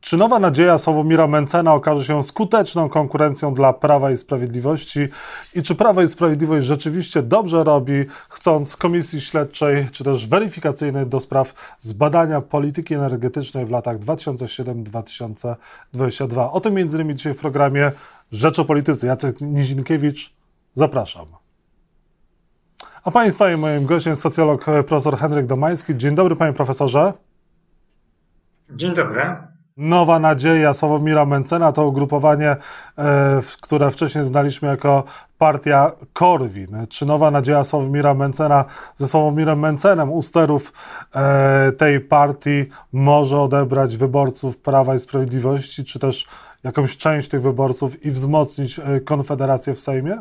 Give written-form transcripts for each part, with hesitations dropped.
Czy nowa nadzieja Sławomira Mentzena okaże się skuteczną konkurencją dla Prawa i Sprawiedliwości? I czy Prawo i Sprawiedliwość rzeczywiście dobrze robi, chcąc komisji śledczej czy też weryfikacyjnej do spraw zbadania polityki energetycznej w latach 2007-2022? O tym między innymi dzisiaj w programie Rzecz o Polityce. Jacek Nizinkiewicz, zapraszam. A Państwa i moim gościem jest socjolog profesor Henryk Domański. Dzień dobry, panie profesorze. Dzień dobry. Nowa nadzieja Sławomira Mentzena to ugrupowanie, które wcześniej znaliśmy jako partia Korwin. Czy nowa nadzieja Sławomira Mentzena ze Sławomirem Mentzenem u sterów tej partii może odebrać wyborców Prawa i Sprawiedliwości, czy też jakąś część tych wyborców i wzmocnić Konfederację w Sejmie?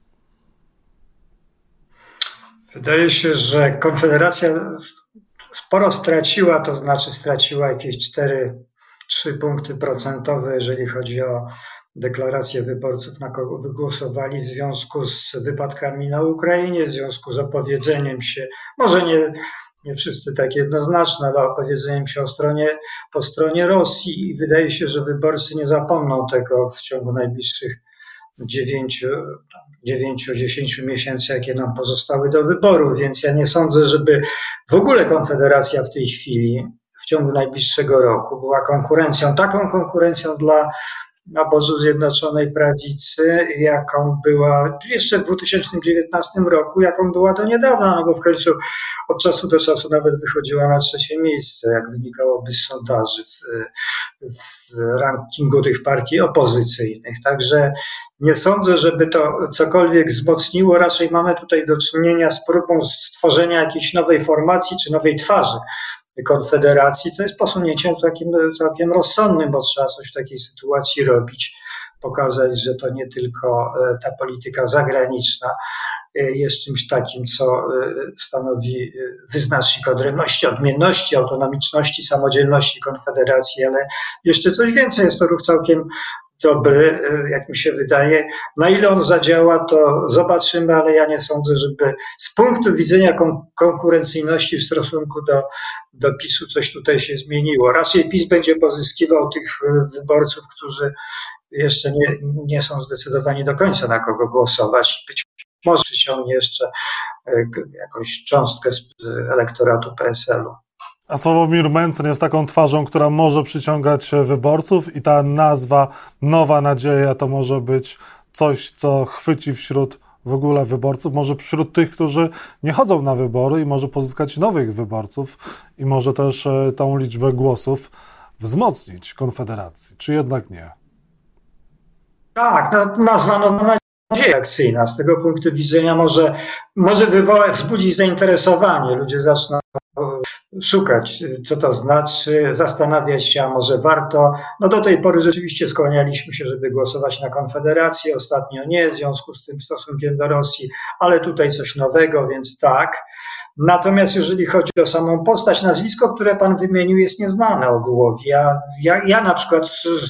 Wydaje się, że Konfederacja sporo straciła, to znaczy straciła jakieś 3 punkty procentowe, jeżeli chodzi o deklarację wyborców, na kogo wygłosowali w związku z wypadkami na Ukrainie, w związku z opowiedzeniem się, może nie wszyscy tak jednoznaczne, ale opowiedzeniem się po stronie Rosji, i wydaje się, że wyborcy nie zapomną tego w ciągu najbliższych 9-10 miesięcy, jakie nam pozostały do wyborów, więc ja nie sądzę, żeby w ogóle Konfederacja w tej chwili, w ciągu najbliższego roku, była taką konkurencją dla obozu Zjednoczonej Prawicy, jaką była jeszcze w 2019 roku, jaką była do niedawna, no bo w końcu od czasu do czasu nawet wychodziła na 3. miejsce, jak wynikałoby z sondaży w rankingu tych partii opozycyjnych. Także nie sądzę, żeby to cokolwiek wzmocniło. Raczej mamy tutaj do czynienia z próbą stworzenia jakiejś nowej formacji czy nowej twarzy Konfederacji, co jest posunięciem całkiem rozsądnym, bo trzeba coś w takiej sytuacji robić, pokazać, że to nie tylko ta polityka zagraniczna jest czymś takim, co stanowi wyznacznik odrębności, odmienności, autonomiczności, samodzielności Konfederacji, ale jeszcze coś więcej. Jest to ruch całkiem dobry, jak mi się wydaje. Na ile on zadziała, to zobaczymy, ale ja nie sądzę, żeby z punktu widzenia konkurencyjności w stosunku do PiS-u coś tutaj się zmieniło. Raczej PiS będzie pozyskiwał tych wyborców, którzy jeszcze nie są zdecydowani do końca, na kogo głosować. Być może przyciągnie jeszcze jakąś cząstkę z elektoratu PSL-u. A Sławomir Mentzen jest taką twarzą, która może przyciągać wyborców, i ta nazwa Nowa Nadzieja to może być coś, co chwyci wśród w ogóle wyborców, może wśród tych, którzy nie chodzą na wybory, i może pozyskać nowych wyborców i może też tą liczbę głosów wzmocnić Konfederacji, czy jednak nie? Tak, nazwa Nowa Nadzieja akcyjna z tego punktu widzenia może wzbudzić zainteresowanie. Ludzie zaczną szukać, co to znaczy, zastanawiać się, a może warto. No do tej pory rzeczywiście skłanialiśmy się, żeby głosować na Konfederację, ostatnio nie, w związku z tym stosunkiem do Rosji, ale tutaj coś nowego, więc tak. Natomiast jeżeli chodzi o samą postać, nazwisko, które pan wymienił, jest nieznane ogółowi. Ja na przykład,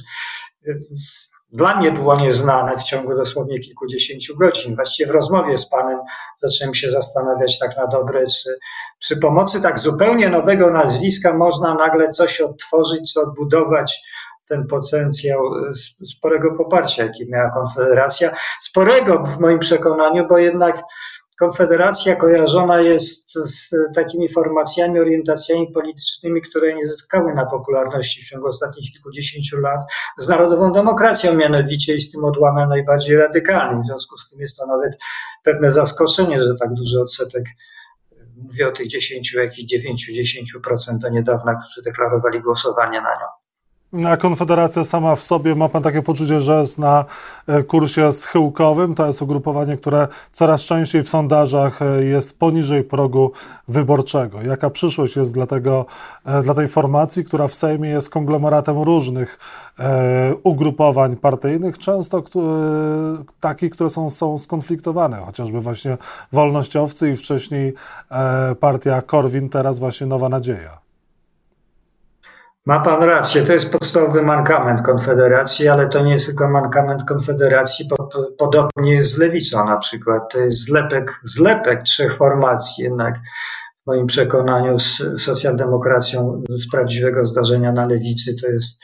dla mnie było nieznane w ciągu dosłownie kilkudziesięciu godzin. Właściwie w rozmowie z panem zacząłem się zastanawiać tak na dobre, czy przy pomocy tak zupełnie nowego nazwiska można nagle coś odtworzyć, czy odbudować ten potencjał sporego poparcia, jaki miała Konfederacja. Sporego w moim przekonaniu, bo jednak Konfederacja kojarzona jest z takimi formacjami, orientacjami politycznymi, które nie zyskały na popularności w ciągu ostatnich kilkudziesięciu lat, z narodową demokracją mianowicie i z tym odłamem najbardziej radykalnym. W związku z tym jest to nawet pewne zaskoczenie, że tak duży odsetek, mówię o tych 9% do niedawna, którzy deklarowali głosowanie na nią. A Konfederacja sama w sobie, ma pan takie poczucie, że jest na kursie schyłkowym? To jest ugrupowanie, które coraz częściej w sondażach jest poniżej progu wyborczego. Jaka przyszłość jest dla tej formacji, która w Sejmie jest konglomeratem różnych ugrupowań partyjnych, często takich, które są skonfliktowane, chociażby właśnie wolnościowcy i wcześniej partia Korwin, teraz właśnie Nowa Nadzieja. Ma pan rację, to jest podstawowy mankament Konfederacji, ale to nie jest tylko mankament Konfederacji, podobnie jest z Lewicą na przykład. To jest zlepek 3 formacji jednak w moim przekonaniu z socjaldemokracją z prawdziwego zdarzenia na lewicy. To jest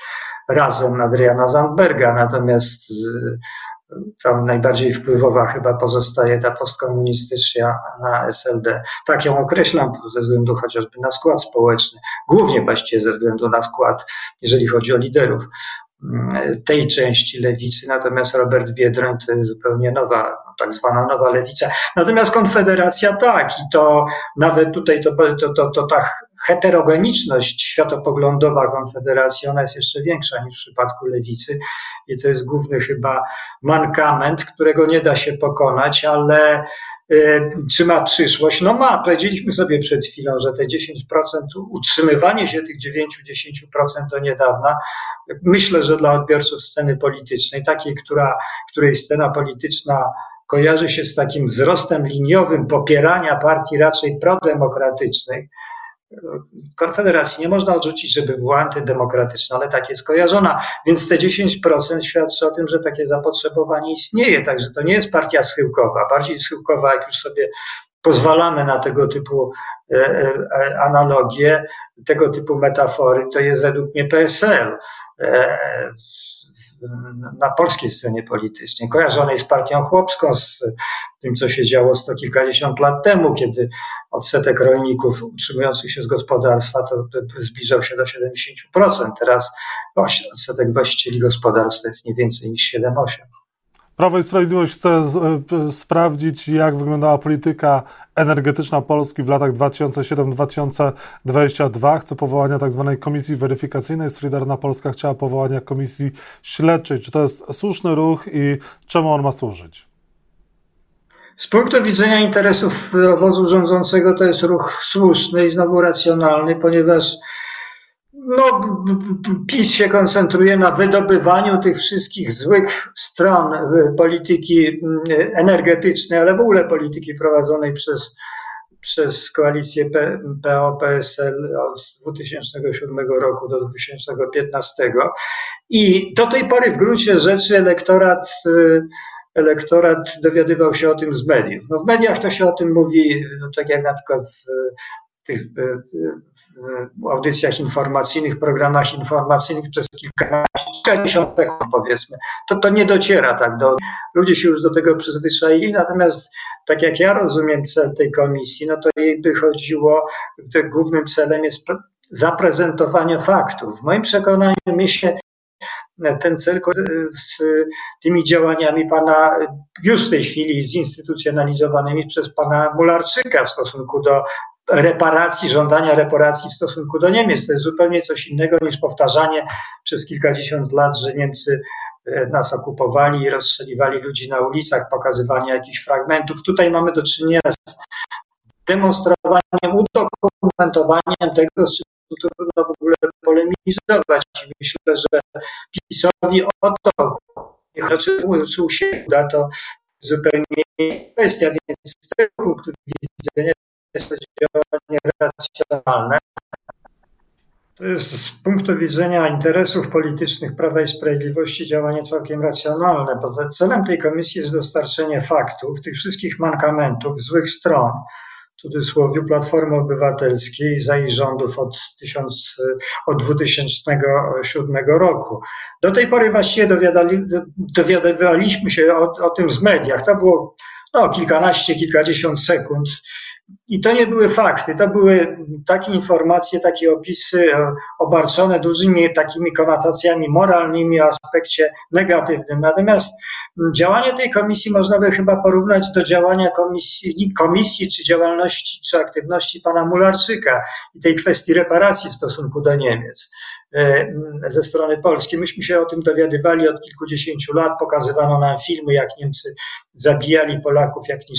Razem Adriana Zandberga, natomiast tam najbardziej wpływowa chyba pozostaje ta postkomunistyczna na SLD. Tak ją określam ze względu chociażby na skład społeczny, głównie właściwie ze względu na skład, jeżeli chodzi o liderów tej części lewicy, natomiast Robert Biedroń to jest zupełnie nowa, tak zwana nowa lewica. Natomiast Konfederacja tak, i to nawet tutaj to ta heterogeniczność światopoglądowa Konfederacji, ona jest jeszcze większa niż w przypadku lewicy i to jest główny chyba mankament, którego nie da się pokonać, ale czy ma przyszłość? No ma. Powiedzieliśmy sobie przed chwilą, że te 10%, utrzymywanie się tych 9-10% do niedawna, myślę, że dla odbiorców sceny politycznej, takiej, której scena polityczna kojarzy się z takim wzrostem liniowym popierania partii raczej prodemokratycznych, Konfederacji nie można odrzucić, żeby była antydemokratyczna, ale tak jest kojarzona, więc te 10% świadczy o tym, że takie zapotrzebowanie istnieje, także to nie jest partia schyłkowa. Bardziej schyłkowa, jak już sobie pozwalamy na tego typu analogie, tego typu metafory, to jest według mnie PSL na polskiej scenie politycznej, kojarzonej z partią chłopską, z tym, co się działo sto kilkadziesiąt lat temu, kiedy odsetek rolników utrzymujących się z gospodarstwa to zbliżał się do 70%. Teraz odsetek właścicieli gospodarstw to jest nie więcej niż 7-8%. Prawo i Sprawiedliwość chce sprawdzić, jak wyglądała polityka energetyczna Polski w latach 2007-2022. Chce powołania tzw. komisji weryfikacyjnej. Solidarna Polska chciała powołania komisji śledczej. Czy to jest słuszny ruch i czemu on ma służyć? Z punktu widzenia interesów obozu rządzącego to jest ruch słuszny i znowu racjonalny, ponieważ PiS się koncentruje na wydobywaniu tych wszystkich złych stron polityki energetycznej, ale w ogóle polityki prowadzonej przez koalicję PO-PSL od 2007 roku do 2015. I do tej pory w gruncie rzeczy elektorat dowiadywał się o tym z mediów. W mediach to się o tym mówi, tak jak na przykład w tych audycjach informacyjnych, programach informacyjnych przez kilkadziesiąt sekund, powiedzmy. To nie dociera tak ludzie się już do tego przyzwyczaili, natomiast tak jak ja rozumiem cel tej komisji, to jej by chodziło, głównym celem jest zaprezentowanie faktów. W moim przekonaniu mnie się ten cel z tymi działaniami już w tej chwili zinstytucjonalizowanymi przez pana Mularczyka w stosunku do żądania reparacji w stosunku do Niemiec. To jest zupełnie coś innego niż powtarzanie przez kilkadziesiąt lat, że Niemcy nas okupowali i rozstrzeliwali ludzi na ulicach, pokazywanie jakichś fragmentów. Tutaj mamy do czynienia z demonstrowaniem, udokumentowaniem tego, z czym trudno w ogóle polemizować. Myślę, że PiS-owi o to, czy się uda, to zupełnie kwestia, więc z tego punktu widzenia jest to działanie racjonalne. To jest z punktu widzenia interesów politycznych Prawa i Sprawiedliwości działanie całkiem racjonalne, bo celem tej komisji jest dostarczenie faktów, tych wszystkich mankamentów, złych stron, w cudzysłowie, Platformy Obywatelskiej za jej rządów od 2007 roku. Do tej pory właściwie dowiadywaliśmy się o tym z mediach. To było kilkanaście, kilkadziesiąt sekund. I to nie były fakty, to były takie informacje, takie opisy obarczone dużymi takimi konotacjami moralnymi o aspekcie negatywnym. Natomiast działanie tej komisji można by chyba porównać do działania komisji czy działalności, czy aktywności pana Mularczyka i tej kwestii reparacji w stosunku do Niemiec ze strony Polski. Myśmy się o tym dowiadywali od kilkudziesięciu lat, pokazywano nam filmy, jak Niemcy zabijali Polaków, jak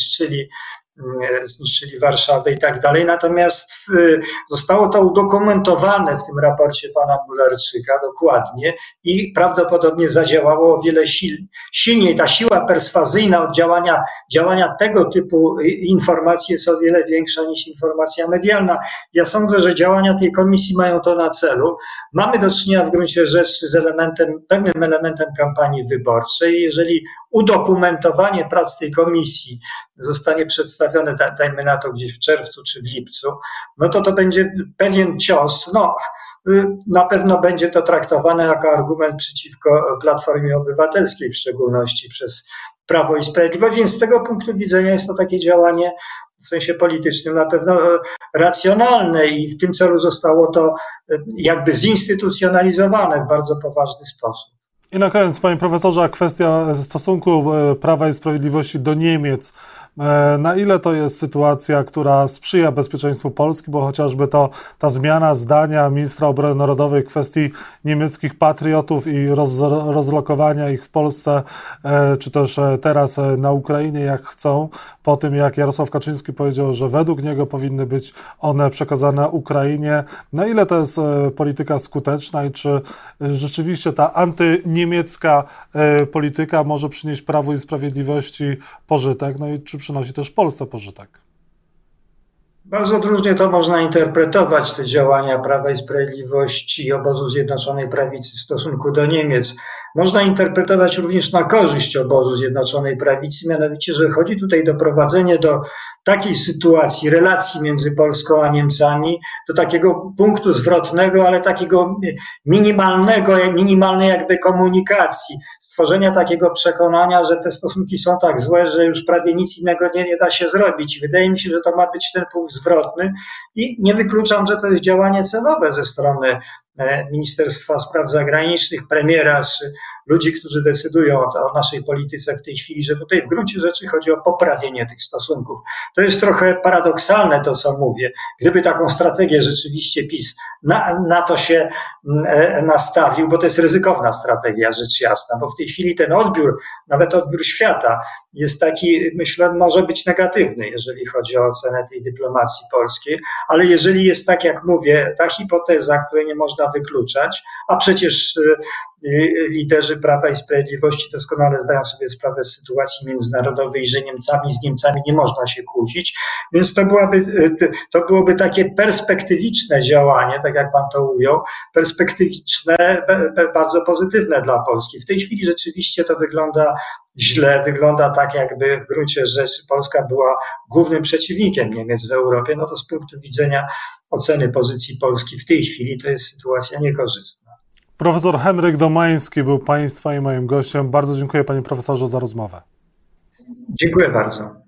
zniszczyli Warszawę i tak dalej. Natomiast zostało to udokumentowane w tym raporcie pana Mularczyka dokładnie i prawdopodobnie zadziałało o wiele silniej. Ta siła perswazyjna od działania tego typu informacji jest o wiele większa niż informacja medialna. Ja sądzę, że działania tej komisji mają to na celu. Mamy do czynienia w gruncie rzeczy z pewnym elementem kampanii wyborczej. Jeżeli udokumentowanie prac tej komisji zostanie przedstawione, dajmy na to gdzieś w czerwcu czy w lipcu, to będzie pewien cios, na pewno będzie to traktowane jako argument przeciwko Platformie Obywatelskiej, w szczególności przez Prawo i Sprawiedliwość, więc z tego punktu widzenia jest to takie działanie w sensie politycznym na pewno racjonalne i w tym celu zostało to jakby zinstytucjonalizowane w bardzo poważny sposób. I na koniec, panie profesorze, kwestia stosunku Prawa i Sprawiedliwości do Niemiec. Na ile to jest sytuacja, która sprzyja bezpieczeństwu Polski, bo chociażby ta zmiana zdania ministra obrony narodowej w kwestii niemieckich patriotów i rozlokowania ich w Polsce, czy też teraz na Ukrainie, jak chcą, po tym jak Jarosław Kaczyński powiedział, że według niego powinny być one przekazane Ukrainie. Na ile to jest polityka skuteczna i czy rzeczywiście ta antyniemiecka polityka może przynieść Prawu i Sprawiedliwości pożytek, no i czy przynosi też Polsce pożytek? Bardzo różnie to można interpretować, te działania Prawa i Sprawiedliwości i obozu Zjednoczonej Prawicy w stosunku do Niemiec. Można interpretować również na korzyść obozu Zjednoczonej Prawicy, mianowicie, że chodzi tutaj o doprowadzenie do takiej sytuacji, relacji między Polską a Niemcami, do takiego punktu zwrotnego, ale takiego minimalnej jakby komunikacji, stworzenia takiego przekonania, że te stosunki są tak złe, że już prawie nic innego nie da się zrobić. Wydaje mi się, że to ma być ten punkt zwrotny i nie wykluczam, że to jest działanie celowe ze strony Ministerstwa Spraw Zagranicznych, premiera, czy ludzi, którzy decydują o naszej polityce w tej chwili, że tutaj w gruncie rzeczy chodzi o poprawienie tych stosunków. To jest trochę paradoksalne to, co mówię. Gdyby taką strategię rzeczywiście PiS na to się nastawił, bo to jest ryzykowna strategia, rzecz jasna, bo w tej chwili ten odbiór, nawet odbiór świata jest taki, myślę, może być negatywny, jeżeli chodzi o ocenę tej dyplomacji polskiej, ale jeżeli jest tak, jak mówię, ta hipoteza, której nie można wykluczać, a przecież liderzy Prawa i Sprawiedliwości doskonale zdają sobie sprawę z sytuacji międzynarodowej, że z Niemcami nie można się kłócić, więc to byłoby takie perspektywiczne działanie, tak jak pan to ujął, perspektywiczne, bardzo pozytywne dla Polski. W tej chwili rzeczywiście to wygląda źle, wygląda tak, jakby w gruncie rzeczy Polska była głównym przeciwnikiem Niemiec w Europie, no to z punktu widzenia oceny pozycji Polski w tej chwili to jest sytuacja niekorzystna. Profesor Henryk Domański był państwa i moim gościem. Bardzo dziękuję, panie profesorze, za rozmowę. Dziękuję bardzo.